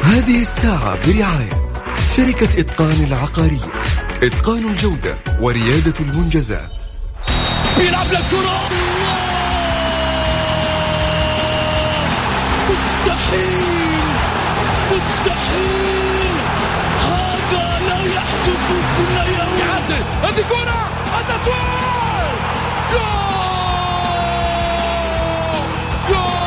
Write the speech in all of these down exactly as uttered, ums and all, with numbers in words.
هذه الساعة برعاية شركة إتقان العقارية، إتقان الجودة وريادة المنجزات. بيلعب للكرة، مستحيل مستحيل، هذا لا يحدث كل يوم. يعدل هذه كرة، التسويق، جول جول،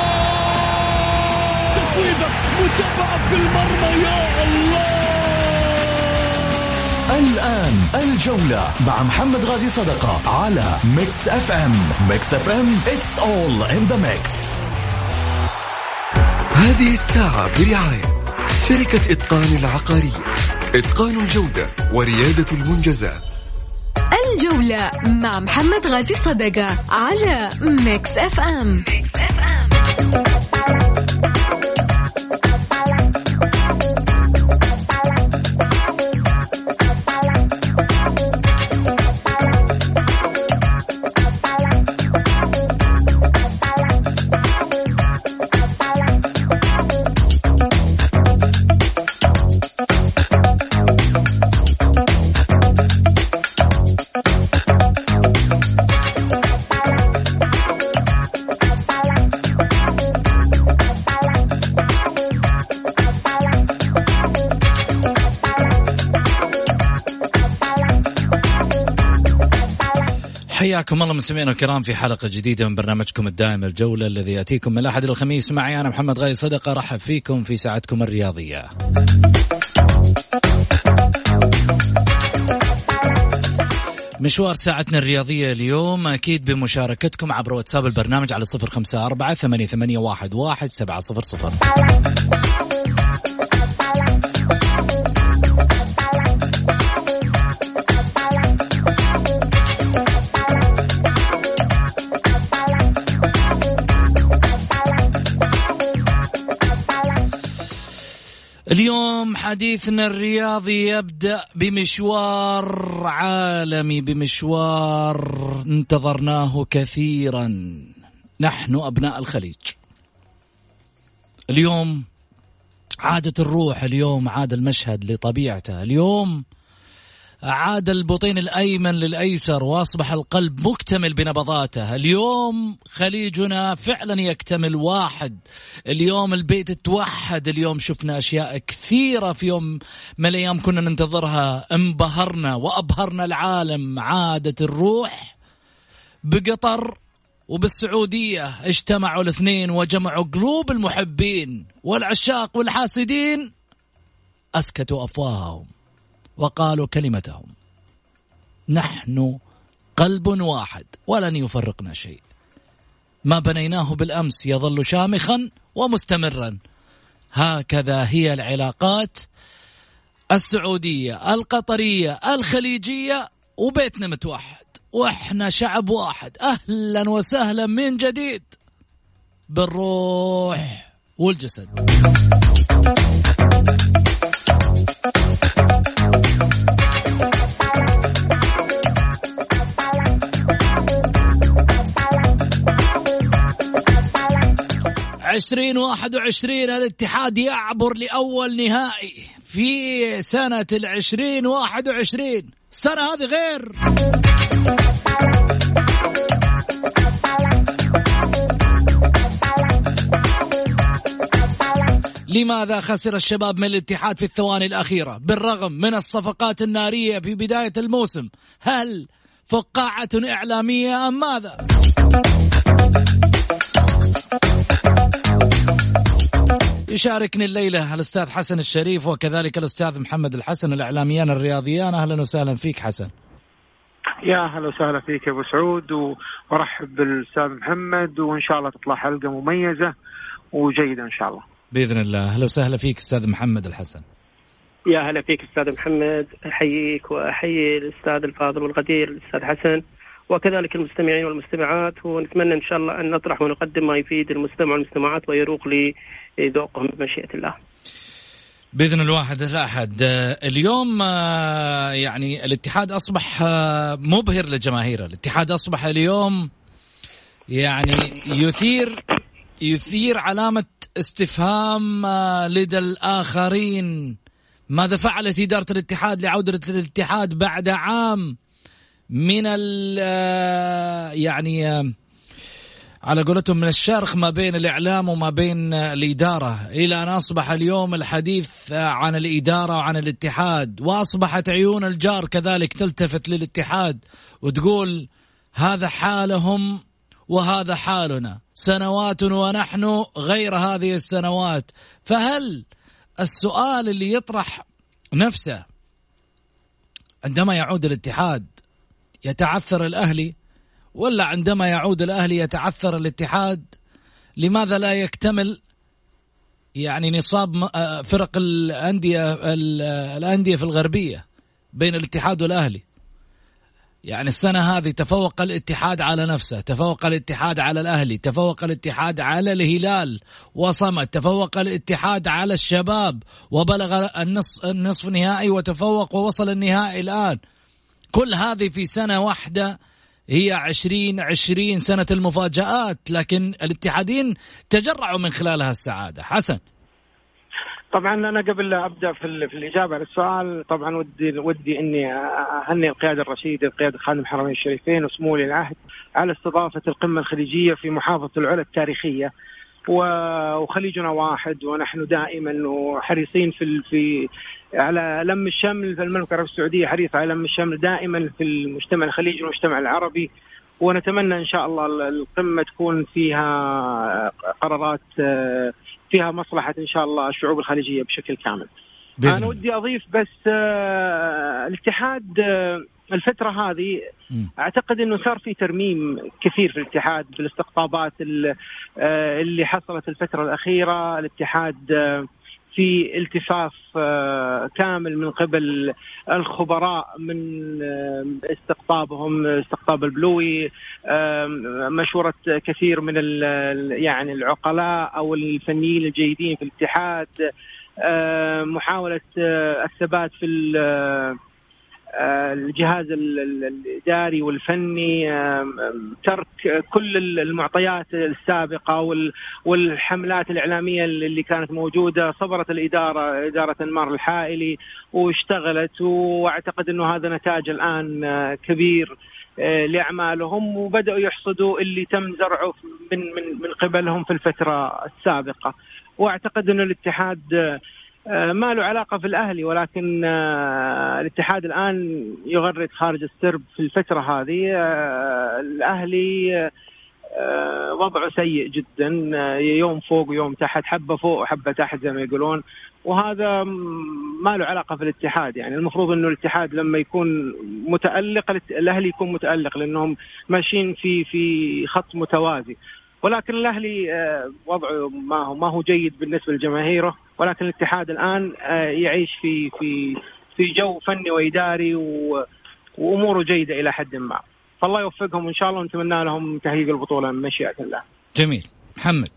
تسويق متابعة في المرمى، يا الله. الآن الجولة مع محمد غازي صدقة على ميكس اف ام. ميكس اف ام it's all in the mix. هذه الساعة برعاية شركة إتقان العقارية، إتقان الجودة وريادة المنجزات. الجولة مع محمد غازي صدقة على ميكس اف ام. حياكم الله مستمعينا الكرام في حلقة جديدة من برنامجكم الدائم الجولة الذي يأتيكم من الأحد إلى الخميس. معي أنا محمد غازي صدقة، رحب فيكم في ساعتكم الرياضية. مشوار ساعتنا الرياضية اليوم أكيد بمشاركتكم عبر واتساب البرنامج على صفر خمسة أربعة ثمانية ثمانية واحد واحد سبعة صفر صفر. اليوم حديثنا الرياضي يبدأ بمشوار عالمي، بمشوار انتظرناه كثيرا نحن أبناء الخليج. اليوم عادت الروح، اليوم عاد المشهد لطبيعته، اليوم عاد البطين الأيمن للأيسر وأصبح القلب مكتمل بنبضاته. اليوم خليجنا فعلا يكتمل واحد، اليوم البيت توحد. اليوم شفنا أشياء كثيرة في يوم من الأيام كنا ننتظرها، انبهرنا وأبهرنا العالم. عادت الروح بقطر وبالسعودية، اجتمعوا الاثنين وجمعوا قلوب المحبين والعشاق والحاسدين، أسكتوا أفواههم وقالوا كلمتهم: نحن قلب واحد ولن يفرقنا شيء، ما بنيناه بالأمس يظل شامخا ومستمرا. هكذا هي العلاقات السعودية القطرية الخليجية، وبيتنا متوحد وإحنا شعب واحد. أهلا وسهلا من جديد بالروح والجسد. عشرين واحد وعشرين الاتحاد يعبر لأول نهائي في سنة العشرين واحد وعشرين. السنة هذه غير. لماذا خسر الشباب من الاتحاد في الثواني الأخيرة بالرغم من الصفقات النارية في بداية الموسم؟ هل فقاعة إعلامية أم ماذا؟ يشاركني الليلة الأستاذ حسن الشريف وكذلك الأستاذ محمد الحسن، الإعلاميان الرياضيان. أهلا وسهلا فيك حسن. يا أهلا وسهلا فيك يا أبو سعود، وأرحب بالأستاذ محمد، وإن شاء الله تطلع حلقة مميزة وجيدة إن شاء الله بإذن الله. أهلا وسهلا فيك أستاذ محمد الحسن. يا هلا فيك أستاذ محمد، أحييك وأحيي الأستاذ الفاضل والقدير الأستاذ حسن وكذلك المستمعين والمستمعات، ونتمنى إن شاء الله أن نطرح ونقدم ما يفيد المستمع والمستمعات ويروق لذوقهم بمشيئة الله بإذن الواحد الأحد. اليوم يعني الاتحاد أصبح مبهر لجماهيره، الاتحاد أصبح اليوم يعني يثير يثير علامة استفهام لدى الآخرين. ماذا فعلت إدارة الاتحاد لعودة الاتحاد بعد عام من ال يعني على قولتهم من الشرخ ما بين الإعلام وما بين الإدارة، إلى أن أصبح اليوم الحديث عن الإدارة وعن الاتحاد، وأصبحت عيون الجار كذلك تلتفت للاتحاد وتقول هذا حالهم وهذا حالنا، سنوات ونحن غير هذه السنوات. فهل السؤال اللي يطرح نفسه عندما يعود الاتحاد يتعثر الأهلي، ولا عندما يعود الأهلي يتعثر الاتحاد؟ لماذا لا يكتمل يعني نصاب فرق الأندية الأندية في الغربية بين الاتحاد والأهلي؟ يعني السنة هذه تفوق الاتحاد على نفسه، تفوق الاتحاد على الأهلي، تفوق الاتحاد على الهلال وصمد، تفوق الاتحاد على الشباب وبلغ النصف, النصف النهائي وتفوق ووصل النهائي الآن. كل هذه في سنة واحدة، هي عشرين عشرين سنة المفاجآت، لكن الاتحادين تجرعوا من خلالها السعادة. حسن. طبعا أنا قبل أبدأ في, في الإجابة على السؤال، طبعا ودي ودي إني أهني القيادة الرشيدة، القيادة خادم الحرمين الشريفين وسمو ولي العهد على استضافة القمة الخليجية في محافظة العلا التاريخية، وخليجنا واحد ونحن دائما حريصين في في على لم الشمل. في المملكة العربية السعودية حريصة على لم الشمل دائما في المجتمع الخليجي والمجتمع العربي، ونتمنى إن شاء الله القمة تكون فيها قرارات فيها مصلحة إن شاء الله الشعوب الخليجية بشكل كامل. بإذن. أنا ودي أضيف بس آه الاتحاد آه الفترة هذه م. أعتقد أنه صار في ترميم كثير في الاتحاد بالاستقطابات آه اللي حصلت الفترة الأخيرة. الاتحاد آه في التفاف آه كامل من قبل الخبراء من آه استقطابهم، استقطاب البلوي، آه مشورة كثير من يعني العقلاء أو الفنيين الجيدين في الاتحاد، آه محاولة آه الثبات في الجهاز الإداري والفني، ترك كل المعطيات السابقة والحملات الإعلامية اللي كانت موجودة. صبرت الإدارة، إدارة أنمار الحائلي، واشتغلت، وأعتقد أنه هذا نتاج الآن كبير لأعمالهم، وبدأوا يحصدوا اللي تم زرعه من من من قبلهم في الفترة السابقة. وأعتقد أنه الاتحاد ما له علاقة في الأهلي، ولكن الاتحاد الآن يغرد خارج السرب في الفترة هذه. الأهلي وضعه سيء جدا، يوم فوق ويوم تحت، حبة فوق وحبة تحت زي ما يقولون، وهذا ما له علاقة في الاتحاد. يعني المفروض أنه الاتحاد لما يكون متألق الأهلي يكون متألق، لأنهم ماشيين في في خط متوازي. ولكن الأهلي وضعه ما هو ما هو جيد بالنسبة لجماهيره، ولكن الاتحاد الآن يعيش في في في جو فني وإداري وأموره جيدة إلى حد ما. فالله يوفقهم إن شاء الله، ونتمنى لهم تحقيق البطولة من مشيئة الله. جميل. محمد.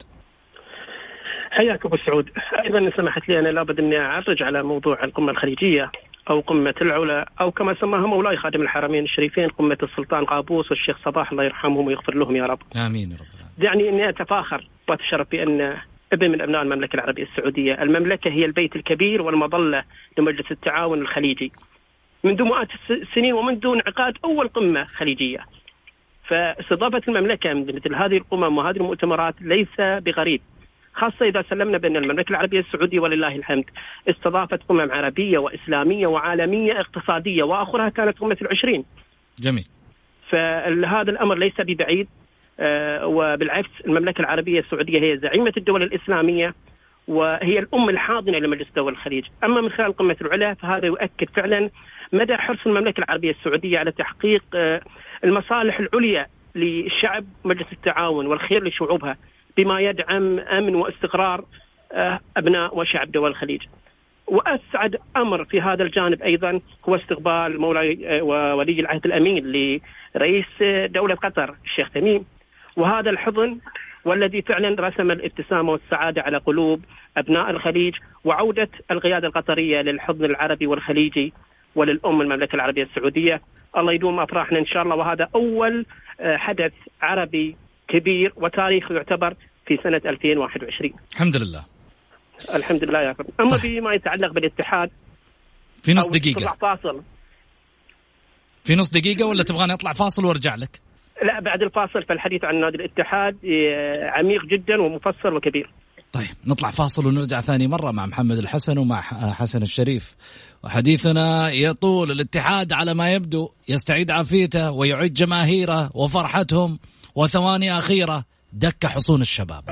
حياك أبو سعود. أيضا سمحت لي أنا لابد أني أعرج على موضوع القمة الخليجية أو قمة العلا، أو كما سماها مولاي خادم الحرمين الشريفين قمة السلطان قابوس والشيخ صباح الله يرحمهم ويغفر لهم يا رب. آمين يا رب. يعني أني أتفاخر وأتشرف بأن ابن من أبناء المملكة العربية السعودية. المملكة هي البيت الكبير والمظلة لمجلس التعاون الخليجي منذ مئات السنين ومنذ انعقاد أول قمة خليجية. فاستضافة المملكة مثل هذه القمم وهذه المؤتمرات ليس بغريب، خاصة إذا سلمنا بأن المملكة العربية السعودية ولله الحمد استضافت قمم عربية وإسلامية وعالمية اقتصادية، وآخرها كانت قمة العشرين. جميل. فهذا الأمر ليس ببعيد، آه وبالعكس المملكة العربية السعودية هي زعيمة الدول الإسلامية وهي الأم الحاضنة لمجلس دول الخليج. أما من خلال قمة العلا فهذا يؤكد فعلا مدى حرص المملكة العربية السعودية على تحقيق آه المصالح العليا للشعب مجلس التعاون والخير لشعوبها، بما يدعم أمن واستقرار آه أبناء وشعب دول الخليج. وأسعد أمر في هذا الجانب أيضا هو استقبال مولاي وولي العهد الأمين لرئيس دولة قطر الشيخ تميم، وهذا الحضن والذي فعلا رسم الابتسامة والسعادة على قلوب أبناء الخليج، وعودة القيادة القطرية للحضن العربي والخليجي وللأم المملكة العربية السعودية. الله يدوم أفراحنا إن شاء الله. وهذا أول حدث عربي كبير وتاريخي يعتبر في سنة ألفين وواحد وعشرين. الحمد لله الحمد لله يا رب. أما بما يتعلق بالاتحاد في نص دقيقة فاصل. في نص دقيقة ولا تبغاني أطلع فاصل وارجع لك؟ لا بعد الفاصل، فالحديث عن نادي الاتحاد عميق جدا ومفصل وكبير. طيب نطلع فاصل ونرجع ثاني مرة مع محمد الحسن ومع حسن الشريف، وحديثنا يطول. الاتحاد على ما يبدو يستعيد عافيته ويعيد جماهيره وفرحتهم، وثواني أخيرة دك حصون الشباب.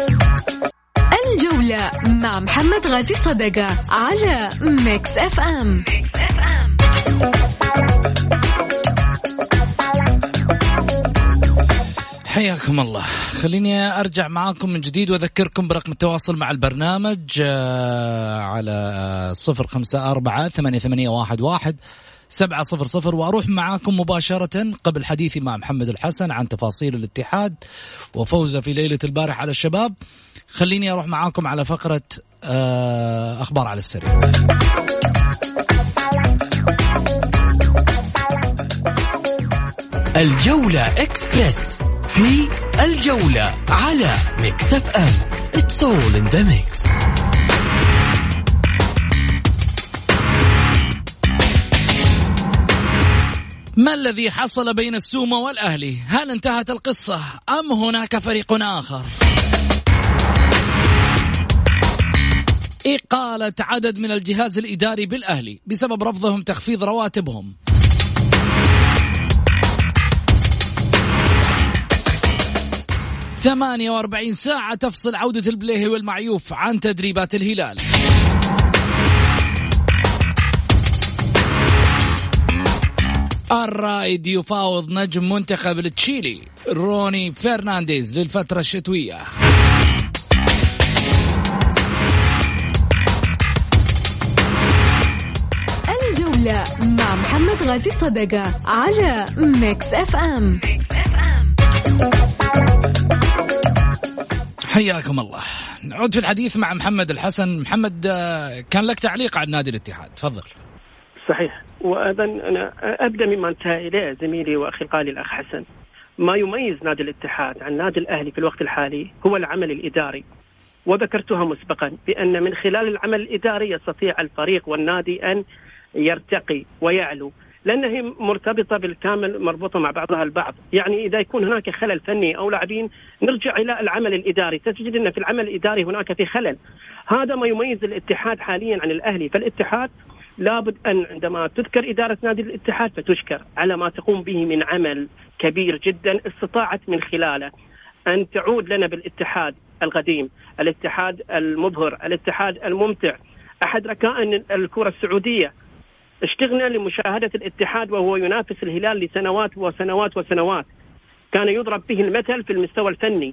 الجولة مع محمد غازي صدقة على ميكس اف ام. حياكم الله. خليني أرجع معاكم من جديد وأذكركم برقم التواصل مع البرنامج على صفر خمسة أربعة ثمانية ثمانية واحد واحد سبعة صفر صفر، وأروح معاكم مباشرة قبل حديثي مع محمد الحسن عن تفاصيل الاتحاد وفوزه في ليلة البارح على الشباب. خليني أروح معاكم على فقرة أخبار على السريع. الجولة إكسبرس في الجولة على ميكس اف ام. It's all in the mix. ما الذي حصل بين السومة والأهلي؟ هل انتهت القصة أم هناك فريق آخر؟ إقالة عدد من الجهاز الإداري بالأهلي بسبب رفضهم تخفيض رواتبهم. ثمانية وأربعين ساعة تفصل عودة البليهي والمعيوف عن تدريبات الهلال. الرائد يفاوض نجم منتخب التشيلي روني فرنانديز للفترة الشتوية. الجولة مع محمد غازي صدقة على ميكس اف ام. حياكم الله. نعود في الحديث مع محمد الحسن. محمد، كان لك تعليق عن نادي الاتحاد، تفضل. صحيح، وأيضا أنا أبدأ مما انتهى إليه زميلي وأخي القالي الأخ حسن. ما يميز نادي الاتحاد عن نادي الأهلي في الوقت الحالي هو العمل الإداري، وذكرتها مسبقا بأن من خلال العمل الإداري يستطيع الفريق والنادي أن يرتقي ويعلو، لأنها مرتبطة بالكامل، مربوطة مع بعضها البعض. يعني إذا يكون هناك خلل فني أو لاعبين نرجع إلى العمل الإداري، تجد أن في العمل الإداري هناك في خلل. هذا ما يميز الاتحاد حاليا عن الأهلي. فالاتحاد لابد أن عندما تذكر إدارة نادي الاتحاد فتشكر على ما تقوم به من عمل كبير جدا، استطاعت من خلاله أن تعود لنا بالاتحاد القديم، الاتحاد المبهر، الاتحاد الممتع، أحد ركائن الكرة السعودية. اشتغلنا لمشاهدة الاتحاد وهو ينافس الهلال لسنوات وسنوات وسنوات، كان يضرب به المثل في المستوى الفني.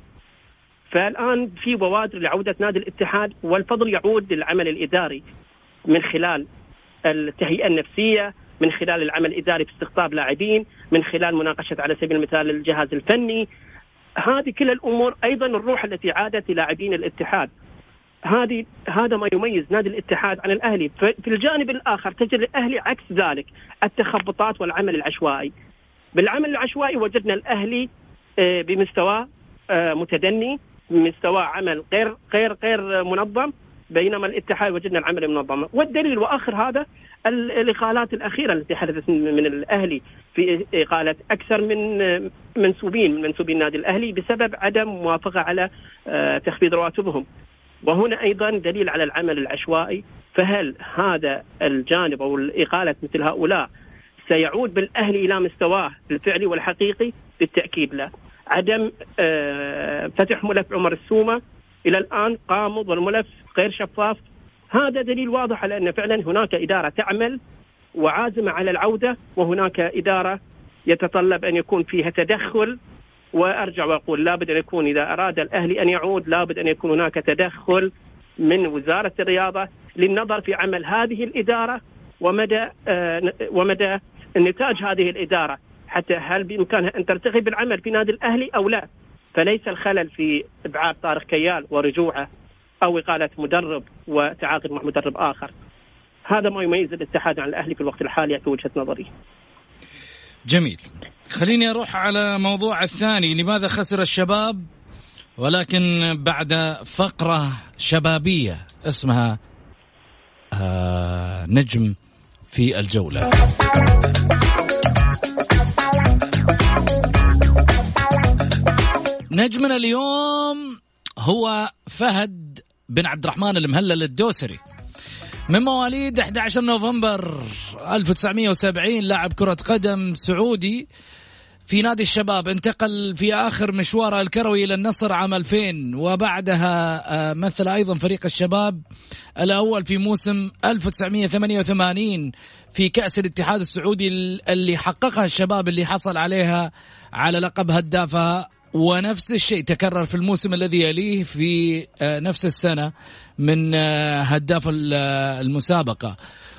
فالآن في بوادر لعودة نادي الاتحاد، والفضل يعود للعمل الإداري من خلال التهيئة النفسية، من خلال العمل الإداري في استقطاب لاعبين، من خلال مناقشة على سبيل المثال الجهاز الفني. هذه كل الأمور، أيضا الروح التي عادت لاعبين الاتحاد. هذه هذا ما يميز نادي الاتحاد عن الأهلي. في الجانب الآخر تجد الأهلي عكس ذلك، التخبطات والعمل العشوائي. بالعمل العشوائي وجدنا الأهلي بمستوى متدني، بمستوى عمل غير غير غير منظم، بينما الاتحاد وجدنا العمل المنظم. والدليل وآخر هذا الإقالات الأخيرة التي حدثت من الأهلي، في إقالة أكثر من منسوبين من منسوبين النادي الأهلي بسبب عدم موافقة على تخفيض رواتبهم. وهنا أيضا دليل على العمل العشوائي. فهل هذا الجانب أو الإقالة مثل هؤلاء سيعود بالأهلي إلى مستواه الفعلي والحقيقي؟ بالتأكيد لا. عدم فتح ملف عمر السومة إلى الآن قامض والملف غير شفاف، هذا دليل واضح على أن فعلا هناك إدارة تعمل وعازمة على العودة، وهناك إدارة يتطلب أن يكون فيها تدخل. وأرجع وأقول لابد أن يكون، إذا أراد الأهلي أن يعود لابد أن يكون هناك تدخل من وزارة الرياضة للنظر في عمل هذه الإدارة ومدى آه ومدى النتاج هذه الإدارة، حتى هل بإمكانها أن ترتقي بالعمل في نادي الأهلي أو لا. فليس الخلل في إبعاد طارق كيال ورجوعه أو إقالة مدرب وتعاقد مع مدرب آخر. هذا ما يميز الاتحاد عن الأهلي في الوقت الحالي في وجهة نظري. جميل. خليني أروح على موضوع الثاني، لماذا خسر الشباب ولكن بعد فقرة شبابية اسمها آه نجم في الجولة. نجمنا اليوم هو فهد بن عبد الرحمن المهلل الدوسري، من مواليد أحد عشر نوفمبر ألف وتسعمائة وسبعين، لاعب كرة قدم سعودي في نادي الشباب. انتقل في آخر مشواره الكروي إلى النصر عام ألفين، وبعدها مثل أيضا فريق الشباب الأول في موسم ألف وتسعمائة وثمانية وثمانين في كأس الاتحاد السعودي اللي حققها الشباب، اللي حصل عليها على لقب هدافها. ونفس الشيء تكرر في الموسم الذي يليه في نفس السنة من هداف المسابقة،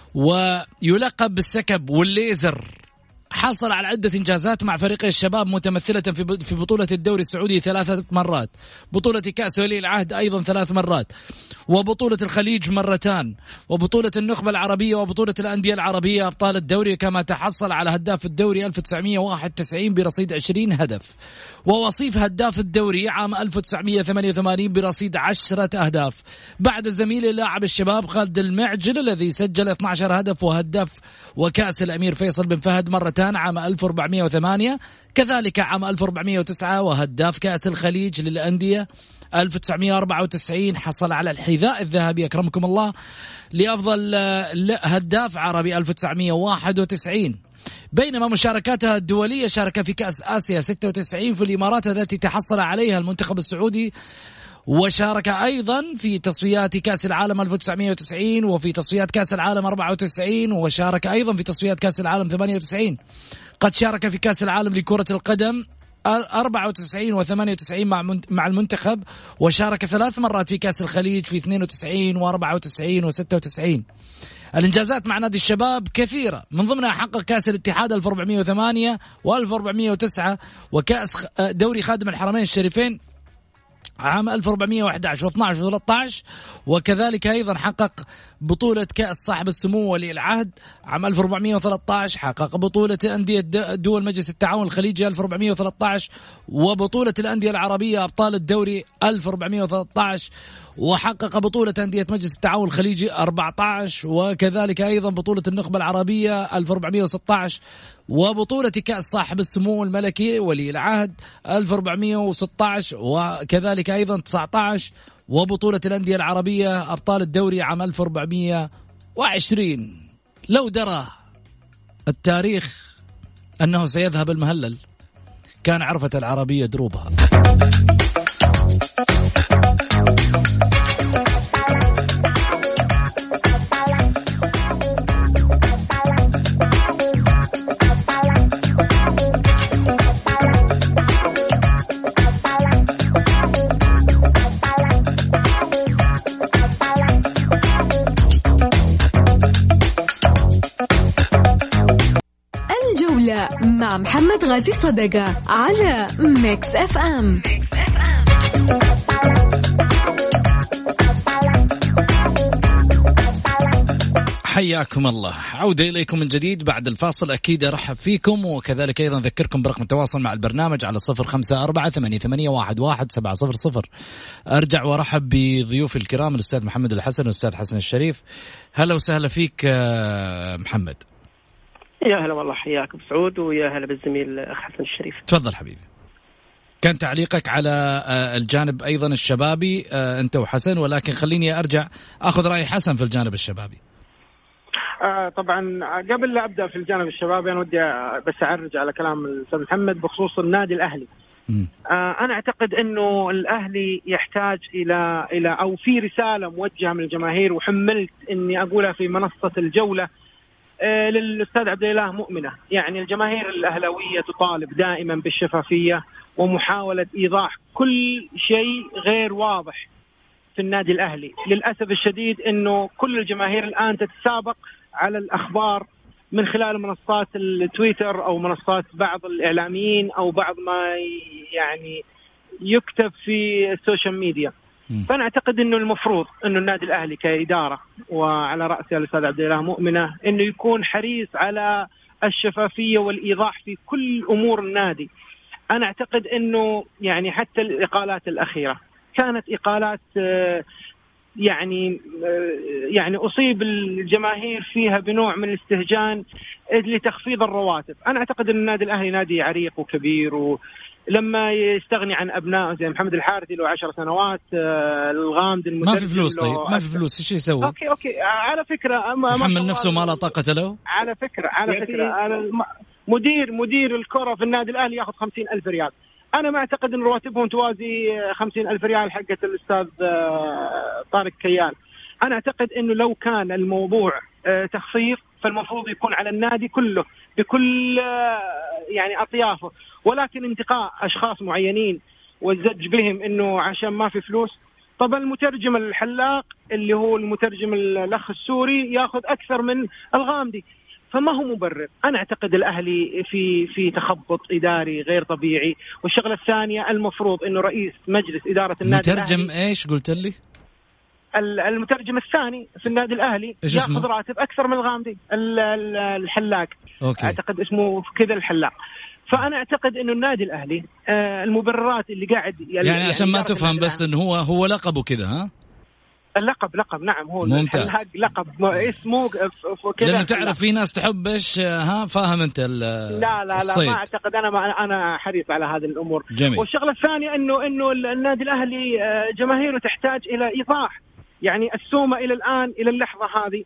ويلقب بالسكب والليزر. حصل على عدة إنجازات مع فريق الشباب، متمثلة في بطولة الدوري السعودي ثلاثة مرات، بطولة كأس ولي العهد أيضا ثلاث مرات، وبطولة الخليج مرتان، وبطولة النخبة العربية، وبطولة الأندية العربية أبطال الدوري. كما تحصل على هداف الدوري ألف وتسعمائة وواحد وتسعين برصيد عشرين هدف، ووصيف هداف الدوري عام ألف وتسعمائة وثمانية وثمانين برصيد عشرة أهداف، بعد زميله لاعب الشباب خالد المعجل الذي سجل اثني عشر هدف، وهداف وكأس الأمير فيصل بن فهد مرتان عام ألف وأربعمائة وثمانية، كذلك عام ألف وأربعمائة وتسعة، وهداف كأس الخليج للأندية ألف وتسعمائة وأربعة وتسعين. حصل على الحذاء الذهبي أكرمكم الله لأفضل هداف عربي ألف وتسعمائة وواحد وتسعين. بينما مشاركاتها الدولية شارك في كأس آسيا ستة وتسعين في الإمارات التي تحصل عليها المنتخب السعودي، وشارك أيضا في تصفيات كأس العالم ألف وتسعمائة وتسعين، وفي تصفيات كأس العالم أربعة وتسعين، وشارك أيضا في تصفيات كأس العالم ثمانية وتسعين. قد شارك في كأس العالم لكرة القدم أربعة وتسعين وثمانية وتسعين مع المنتخب، وشارك ثلاث مرات في كأس الخليج في اثنين وتسعين وأربعة وتسعين وستة وتسعين. الإنجازات مع نادي الشباب كثيرة، من ضمنها حقق كأس الاتحاد ألف وأربعمائة وثمانية وألف وأربعمائة وتسعة، وكأس دوري خادم الحرمين الشريفين عام ألف وأربعمائة وأحد عشر واثني عشر وثلاثة عشر، وكذلك أيضا حقق بطولة كأس صاحب السمو ولي العهد عام ألف وأربعمائة وثلاثة عشر، حقق بطولة أندية دول مجلس التعاون الخليجي ألف وأربعمائة وثلاثة عشر، وبطولة الأندية العربية أبطال الدوري ألف وأربعمائة وثلاثة عشر، وحقق بطولة أندية مجلس التعاون الخليجي أربعة عشر، وكذلك أيضا بطولة النخبة العربية ألف وأربعمائة وستة عشر، وبطولة كأس صاحب السمو الملكي ولي العهد ألف وأربعمائة وستة عشر، وكذلك أيضا تسعة عشر، وبطولة الأندية العربية أبطال الدوري عام ألف وأربعمائة وعشرين. لو درى التاريخ أنه سيذهب المهلل كان عرفت العربية دروبها. مع محمد غازي صدقة على ميكس اف ام. حياكم الله، عودة إليكم من جديد بعد الفاصل. أكيد أرحب فيكم، وكذلك أيضا أذكركم برقم التواصل مع البرنامج على صفر خمسة أربعة ثمانية ثمانية واحد واحد سبعة صفر صفر. أرجع وأرحب بضيوف الكرام الأستاذ محمد الحسن والأستاذ حسن الشريف. هلا وسهلا فيك محمد. يا هلا والله، حياك بسعود، ويا هلا بالزميل حسن الشريف. تفضل حبيبي. كان تعليقك على الجانب أيضا الشبابي أنت وحسن، ولكن خليني أرجع أخذ رأي حسن في الجانب الشبابي. آه طبعا قبل لا أبدأ في الجانب الشبابي أنا ودي بس أعرج على كلام الأستاذ محمد بخصوص النادي الأهلي. آه أنا أعتقد إنه الأهلي يحتاج إلى إلى أو في رسالة موجهة من الجماهير، وحملت إني أقولها في منصة الجولة آه للأستاذ عبد الإله مؤمنة. يعني الجماهير الأهلاوية تطالب دائما بالشفافية ومحاولة إيضاح كل شيء غير واضح في النادي الأهلي. للأسف الشديد إنه كل الجماهير الآن تتسابق على الأخبار من خلال منصات التويتر أو منصات بعض الإعلاميين أو بعض ما يعني يكتب في السوشيال ميديا. فأنا أعتقد إنه المفروض إنه النادي الأهلي كإدارة وعلى رأسها الأستاذ عبد الإله مؤمنة إنه يكون حريص على الشفافية والإيضاح في كل أمور النادي. أنا أعتقد أنه يعني حتى الإقالات الأخيرة كانت إقالات يعني يعني أصيب الجماهير فيها بنوع من الاستهجان لتخفيض الرواتب. أنا أعتقد أن النادي الأهلي نادي عريق وكبير، ولما يستغني عن أبنائه زي محمد الحارثي له عشر سنوات، الغامدي ما في فلوس، طيب ما في فلوس إيش يسوي؟ أوكي أوكي على فكرة محمل نفسه ما لا طاقة له. على فكرة على فكرة مدير مدير الكرة في النادي الأهلي يأخذ خمسين ألف ريال. أنا ما أعتقد أن رواتبهم توازي خمسين ألف ريال حقة الأستاذ طارق كيان. أنا أعتقد أنه لو كان الموضوع تخفيض فالمفروض يكون على النادي كله بكل يعني أطيافه، ولكن انتقاء أشخاص معينين والزج بهم أنه عشان ما في فلوس. طبعا المترجم الحلاق اللي هو المترجم الأخ السوري يأخذ أكثر من الغامدي، فما هو مبرر. أنا أعتقد الأهلي في في تخبط إداري غير طبيعي. والشغلة الثانية المفروض إنه رئيس مجلس إدارة النادي مترجم الأهلي، إيش قلت لي؟ المترجم الثاني في النادي الأهلي يأخذ راتب أكثر من الغامدي الحلاق. أوكي. أعتقد اسمه كذا الحلاق. فأنا أعتقد إنه النادي الأهلي المبررات اللي قاعد يعني, يعني عشان ما تفهم بس إنه هو هو لقبه كذا ها؟ اللقب لقب نعم هو ممتاز. الحلاق لقب اسمه كذا. لأنه تعرف في ناس تحب إيش ها فاهم أنت لا لا لا الصيد. ما أعتقد أنا ما أنا حريص على هذه الأمور. جميل. والشغلة الثانية إنه إنه النادي الأهلي جماهيره تحتاج إلى إيضاح. يعني السومة إلى الآن إلى اللحظة هذه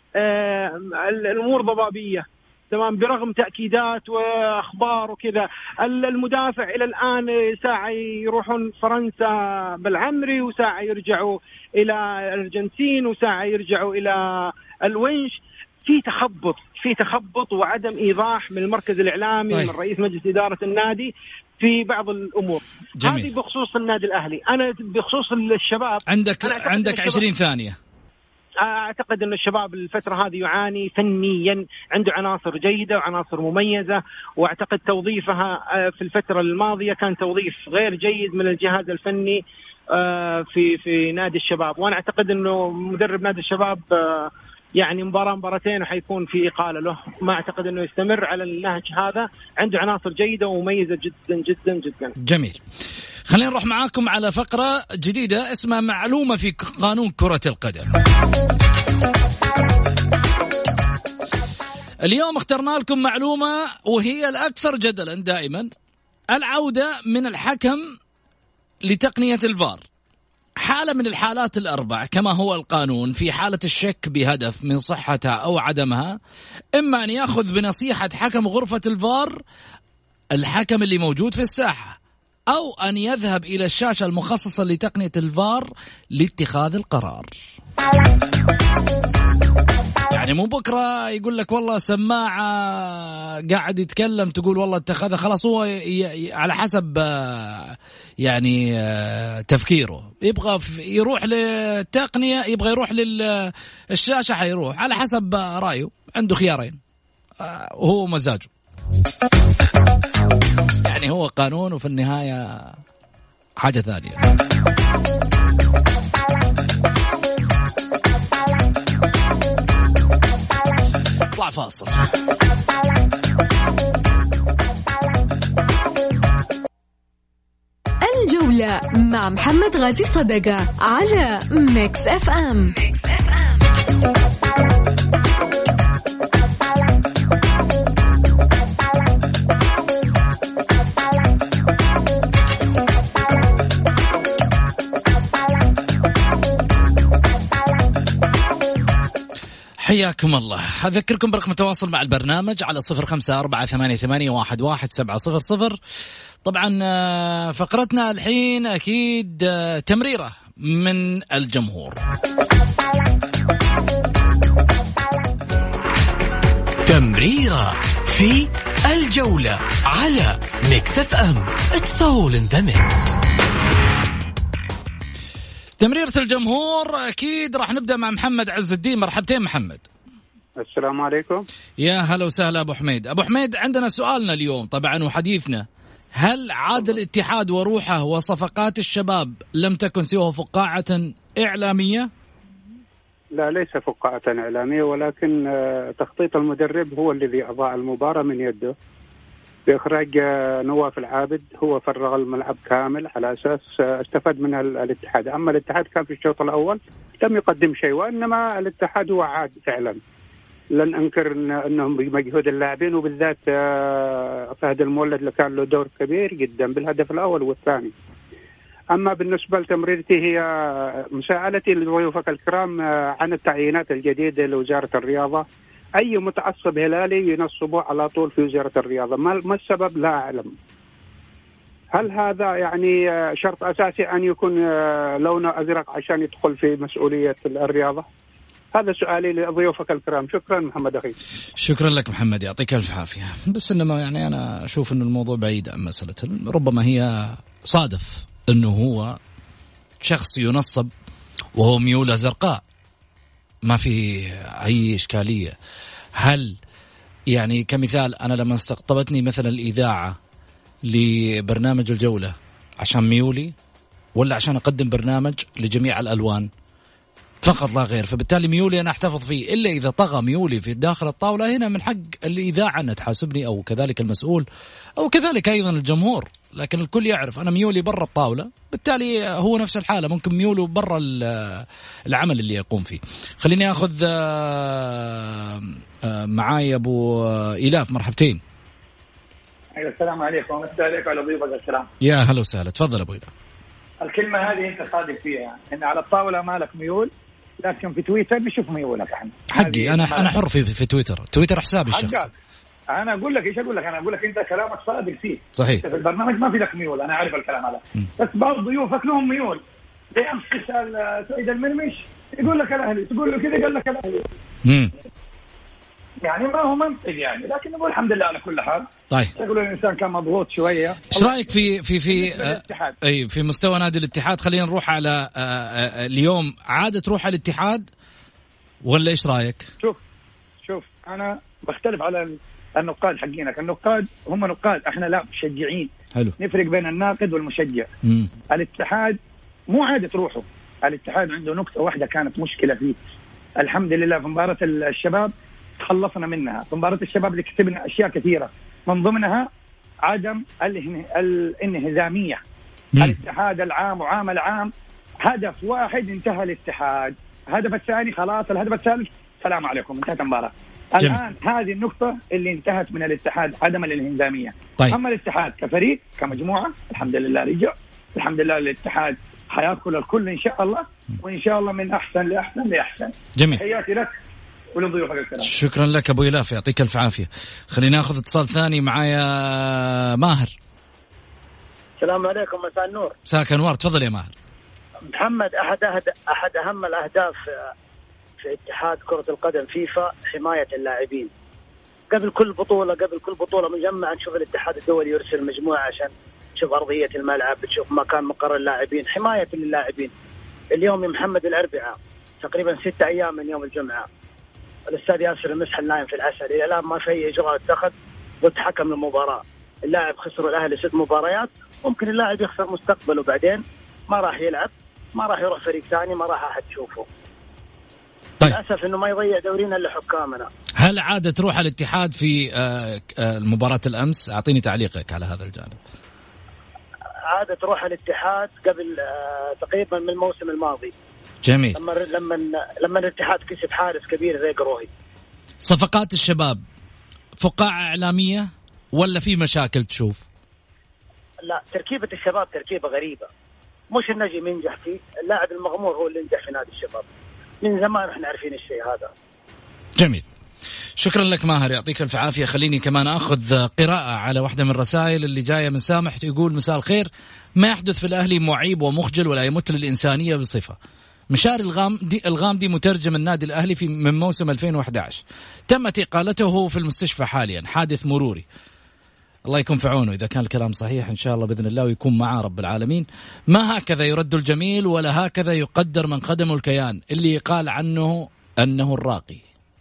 الأمور ضبابية تمام، برغم تأكيدات وأخبار وكذا. المدافع إلى الآن ساعة يروحون فرنسا بالعمري، وساعة يرجعوا إلى الأرجنتين، وساعة يرجعوا إلى الونش. في تخبط في تخبط وعدم إيضاح من المركز الإعلامي. طيب. من رئيس مجلس إدارة النادي في بعض الأمور. جميل. هذه بخصوص النادي الأهلي. أنا بخصوص الشباب عندك عندك عشرين ثانية. أعتقد أن الشباب الفترة هذه يعاني فنيا، عنده عناصر جيدة وعناصر مميزة، وأعتقد توظيفها في الفترة الماضية كان توظيف غير جيد من الجهاز الفني في في نادي الشباب. وأنا أعتقد أنه مدرب نادي الشباب يعني مباراة مباراتين وحيكون في إقالة له. ما أعتقد أنه يستمر على النهج هذا. عنده عناصر جيدة ومميزة جدا جدا جدا. جميل. خلينا نروح معاكم على فقرة جديدة اسمها معلومة في قانون كرة القدم. اليوم اخترنا لكم معلومة وهي الأكثر جدلا دائما، العودة من الحكم لتقنية الفار. حالة من الحالات الأربع كما هو القانون، في حالة الشك بهدف من صحتها أو عدمها، إما أن يأخذ بنصيحة حكم غرفة الفار الحكم اللي موجود في الساحة، أو أن يذهب إلى الشاشة المخصصة لتقنية الفار لاتخاذ القرار. يعني مو بكرة يقول لك والله سماعة قاعد يتكلم تقول والله اتخذها، خلاص هو على حسب يعني تفكيره، يبغى يروح للتقنية يبغى يروح للشاشة حيروح على حسب رأيه، عنده خيارين وهو مزاجه. يعني هو قانون وفي النهاية حاجة ثانية. اطلع فاصل. الجولة مع محمد غازي صدقة على ميكس اف ام. حياكم الله. أذكركم برقم التواصل مع البرنامج على صفر خمسة أربعة ثمانية ثمانية واحد واحد سبعة صفر صفر. طبعا فقرتنا الحين أكيد تمريرة من الجمهور. تمريرة في الجولة على ميكس اف ام. It's all in the mix. تمريرة الجمهور أكيد راح نبدأ مع محمد عز الدين. مرحبتين محمد. السلام عليكم. يا هلا وسهلا أبو حميد. أبو حميد عندنا سؤالنا اليوم طبعا وحديثنا، هل عاد الاتحاد وروحه وصفقات الشباب لم تكن سوى فقاعة إعلامية؟ لا ليس فقاعة إعلامية، ولكن تخطيط المدرب هو الذي أضاع المباراة من يده. بإخراج نواف العابد، هو فرغ الملعب كامل على أساس استفاد منها الاتحاد. أما الاتحاد كان في الشوط الأول لم يقدم شيء، وإنما الاتحاد هو عاد فعلا. لن أنكر إن أنهم بمجهود اللاعبين، وبالذات فهد المولد اللي كان له دور كبير جدا بالهدف الأول والثاني. أما بالنسبة لتمريرتي، هي مساءلتي لضيوفك الكرام عن التعيينات الجديدة لوزارة الرياضة. أي متعصب هلالي ينصبه على طول في وزارة الرياضة، ما السبب لا أعلم. هل هذا يعني شرط أساسي أن يكون لونه أزرق عشان يدخل في مسؤولية الرياضة؟ هذا سؤالي لضيوفك الكرام. شكرا محمد أخي. شكرا لك محمد، يعطيك ألف عافية. بس إنما يعني أنا أشوف إن الموضوع بعيد عن مسألة، ربما هي صادف إنه هو شخص ينصب وهو ميولة زرقاء، ما في أي إشكالية. هل يعني كمثال أنا لما استقطبتني مثلا الإذاعة لبرنامج الجولة عشان ميولي، ولا عشان أقدم برنامج لجميع الألوان فقط لا غير؟ فبالتالي ميولي أنا أحتفظ فيه، إلا إذا طغى ميولي في داخل الطاولة، هنا من حق الإذاعة أن تحاسبني، أو كذلك المسؤول، أو كذلك أيضا الجمهور. لكن الكل يعرف أنا ميولي برا الطاولة، بالتالي هو نفس الحالة، ممكن ميوله برا العمل اللي يقوم فيه. خليني أخذ معاي أبو إلاف. مرحبتين. أيوة السلام عليكم. مساء عليكم على ضيوفك السلام. يا هلا وسهلا، تفضل أبو إلاف. الكلمة هذه أنت صادق فيها، إن على الطاولة مالك ميول، لكن في تويتر نشوف ميولك احنا. حقي أنا أنا حر في في تويتر، تويتر حسابي الشخصي. أنا أقول لك إيش أقول لك أنا أقول لك أنت كلامك صادق فيه. صحيح. في البرنامج ما في لك ميول، أنا أعرف الكلام هذا. بس بعض ضيوفك لهم ميول. بأمس تسأل سيد المرمش يقول لك الأهلي، تقول له كذا قال لك الأهلي. امم يعني ما هو منطق يعني، لكن نقول الحمد لله على كل حال. طيب. يقول الإنسان كان مضغوط شوية. إيش رأيك في في في آه أي في مستوى نادي الاتحاد؟ خلينا نروح على آه آه اليوم، عادة تروح على الاتحاد ولا إيش رأيك؟ شوف شوف أنا بختلف على النقاد حقينك. النقاد هم نقاد، احنا لا مشجعين. حلو. نفرق بين الناقد والمشجع. مم. الاتحاد مو عادة روحه، الاتحاد عنده نقطة واحدة كانت مشكلة فيه. الحمد لله في مباراة الشباب تخلصنا منها. في مباراة الشباب اللي كسبنا أشياء كثيرة، من ضمنها عدم الانهزامية. مم. الاتحاد العام وعام العام هدف واحد انتهى الاتحاد، الهدف الثاني خلاص، الهدف الثالث سلام عليكم انتهت المباراة. الآن هذه النقطة اللي انتهت من الاتحاد، عدم الانهزامية. طيب. أما الاتحاد كفريق كمجموعة الحمد لله رجع، الحمد لله الاتحاد حيأكل الكل إن شاء الله، وإن شاء الله من أحسن لأحسن لأحسن. جميل. حياتي لك ولضيوفك الكرام. شكرا لك أبو إلاف، يعطيك ألف عافية. خلينا ناخذ اتصال ثاني معايا ماهر. السلام عليكم. مساء النور. مساك أنوار، تفضل يا ماهر. محمد، أحد أحد أحد أهم الأهداف في اتحاد كرة القدم فيفا حماية اللاعبين. قبل كل بطولة قبل كل بطولة مجمع نشوف الاتحاد الدولي يرسل مجموعة عشان تشوف أرضية الملعب، تشوف مكان مقر اللاعبين، حماية للاعبين. اليوم يا محمد الأربعاء تقريبا ستة أيام من يوم الجمعة، الأستاذ ياسر المسحل نايم في العسل، إلى الآن ما في أي إجراء اتخذ ضد حكم المباراة. اللاعب خسروا الأهلي ست مباريات، ممكن اللاعب يخسر مستقبله بعدين، ما راح يلعب، ما راح يروح فريق ثاني، ما راح أحد يشوفه. طيب. للأسف إنه ما يضيع دورينا إلا حكامنا. هل عادة تروح الاتحاد في المباراة الأمس؟ أعطيني تعليقك على هذا الجانب. عادة تروح الاتحاد قبل تقريبا من الموسم الماضي. جميل. لما لما لما الاتحاد كسب حارس كبير زي قروهي. صفقات الشباب فقاعة إعلامية ولا في مشاكل تشوف؟ لا، تركيبة الشباب تركيبة غريبة، مش النجم ينجح فيه، اللاعب المغمور هو اللي ينجح في نادي الشباب. من زمان احنا عارفين الشيء هذا. جميل، شكرا لك ماهر، يعطيك الف عافية. خليني كمان أخذ قراءة على واحدة من الرسائل اللي جاية من سامح، يقول مساء الخير، ما يحدث في الأهلي معيب ومخجل ولا يمت للإنسانية بصفة. مشاري الغامدي الغامدي مترجم النادي الأهلي في من موسم ألفين وأحد عشر، تمت إقالته في المستشفى حاليا، حادث مروري. الله يكون في عونه إذا كان الكلام صحيح إن شاء الله بإذن الله ويكون معاه رب العالمين. ما هكذا يرد الجميل ولا هكذا يقدر من خدم الكيان اللي قال عنه أنه الراقي.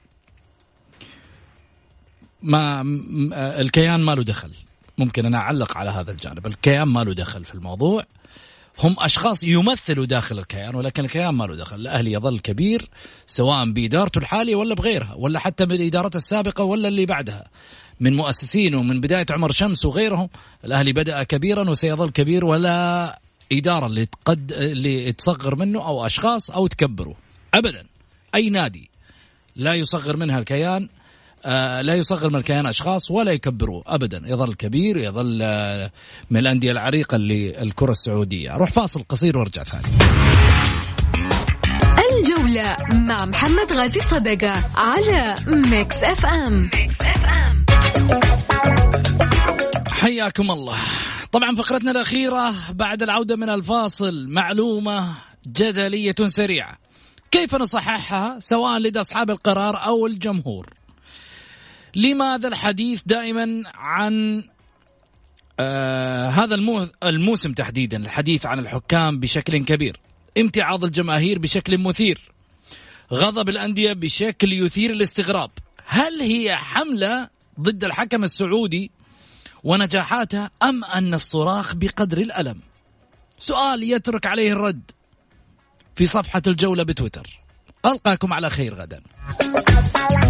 ما الكيان ما له دخل، ممكن أنا أعلق على هذا الجانب، الكيان ما له دخل في الموضوع، هم أشخاص يمثلوا داخل الكيان ولكن الكيان ما له دخل. الأهلي يظل كبير سواء بإدارته الحالية ولا بغيرها ولا حتى بالإدارات السابقة ولا اللي بعدها. من مؤسسين ومن بداية عمر شمس وغيرهم. الأهلي بدأ كبيرا وسيظل كبير، ولا إدارة اللي تقد اللي تصغر منه أو أشخاص أو تكبره أبدا. أي نادي لا يصغر منها الكيان، آه لا يصغر من الكيان أشخاص ولا يكبروه أبدا، يظل كبير، يظل آه من الأندية العريقة للكرة السعودية. أروح فاصل قصير وارجع ثاني. الجولة مع محمد غازي صدقة على ميكس اف ام. حياكم الله. طبعا فقرتنا الأخيرة بعد العودة من الفاصل معلومة جدلية سريعة كيف نصححها سواء لدى أصحاب القرار أو الجمهور. لماذا الحديث دائما عن آه هذا المو الموسم تحديدا، الحديث عن الحكام بشكل كبير، امتعاض الجماهير بشكل مثير، غضب الأندية بشكل يثير الاستغراب؟ هل هي حملة ضد الحكم السعودي ونجاحاتها أم أن الصراخ بقدر الألم؟ سؤال يترك عليه الرد في صفحة الجولة بتويتر. ألقاكم على خير غدا.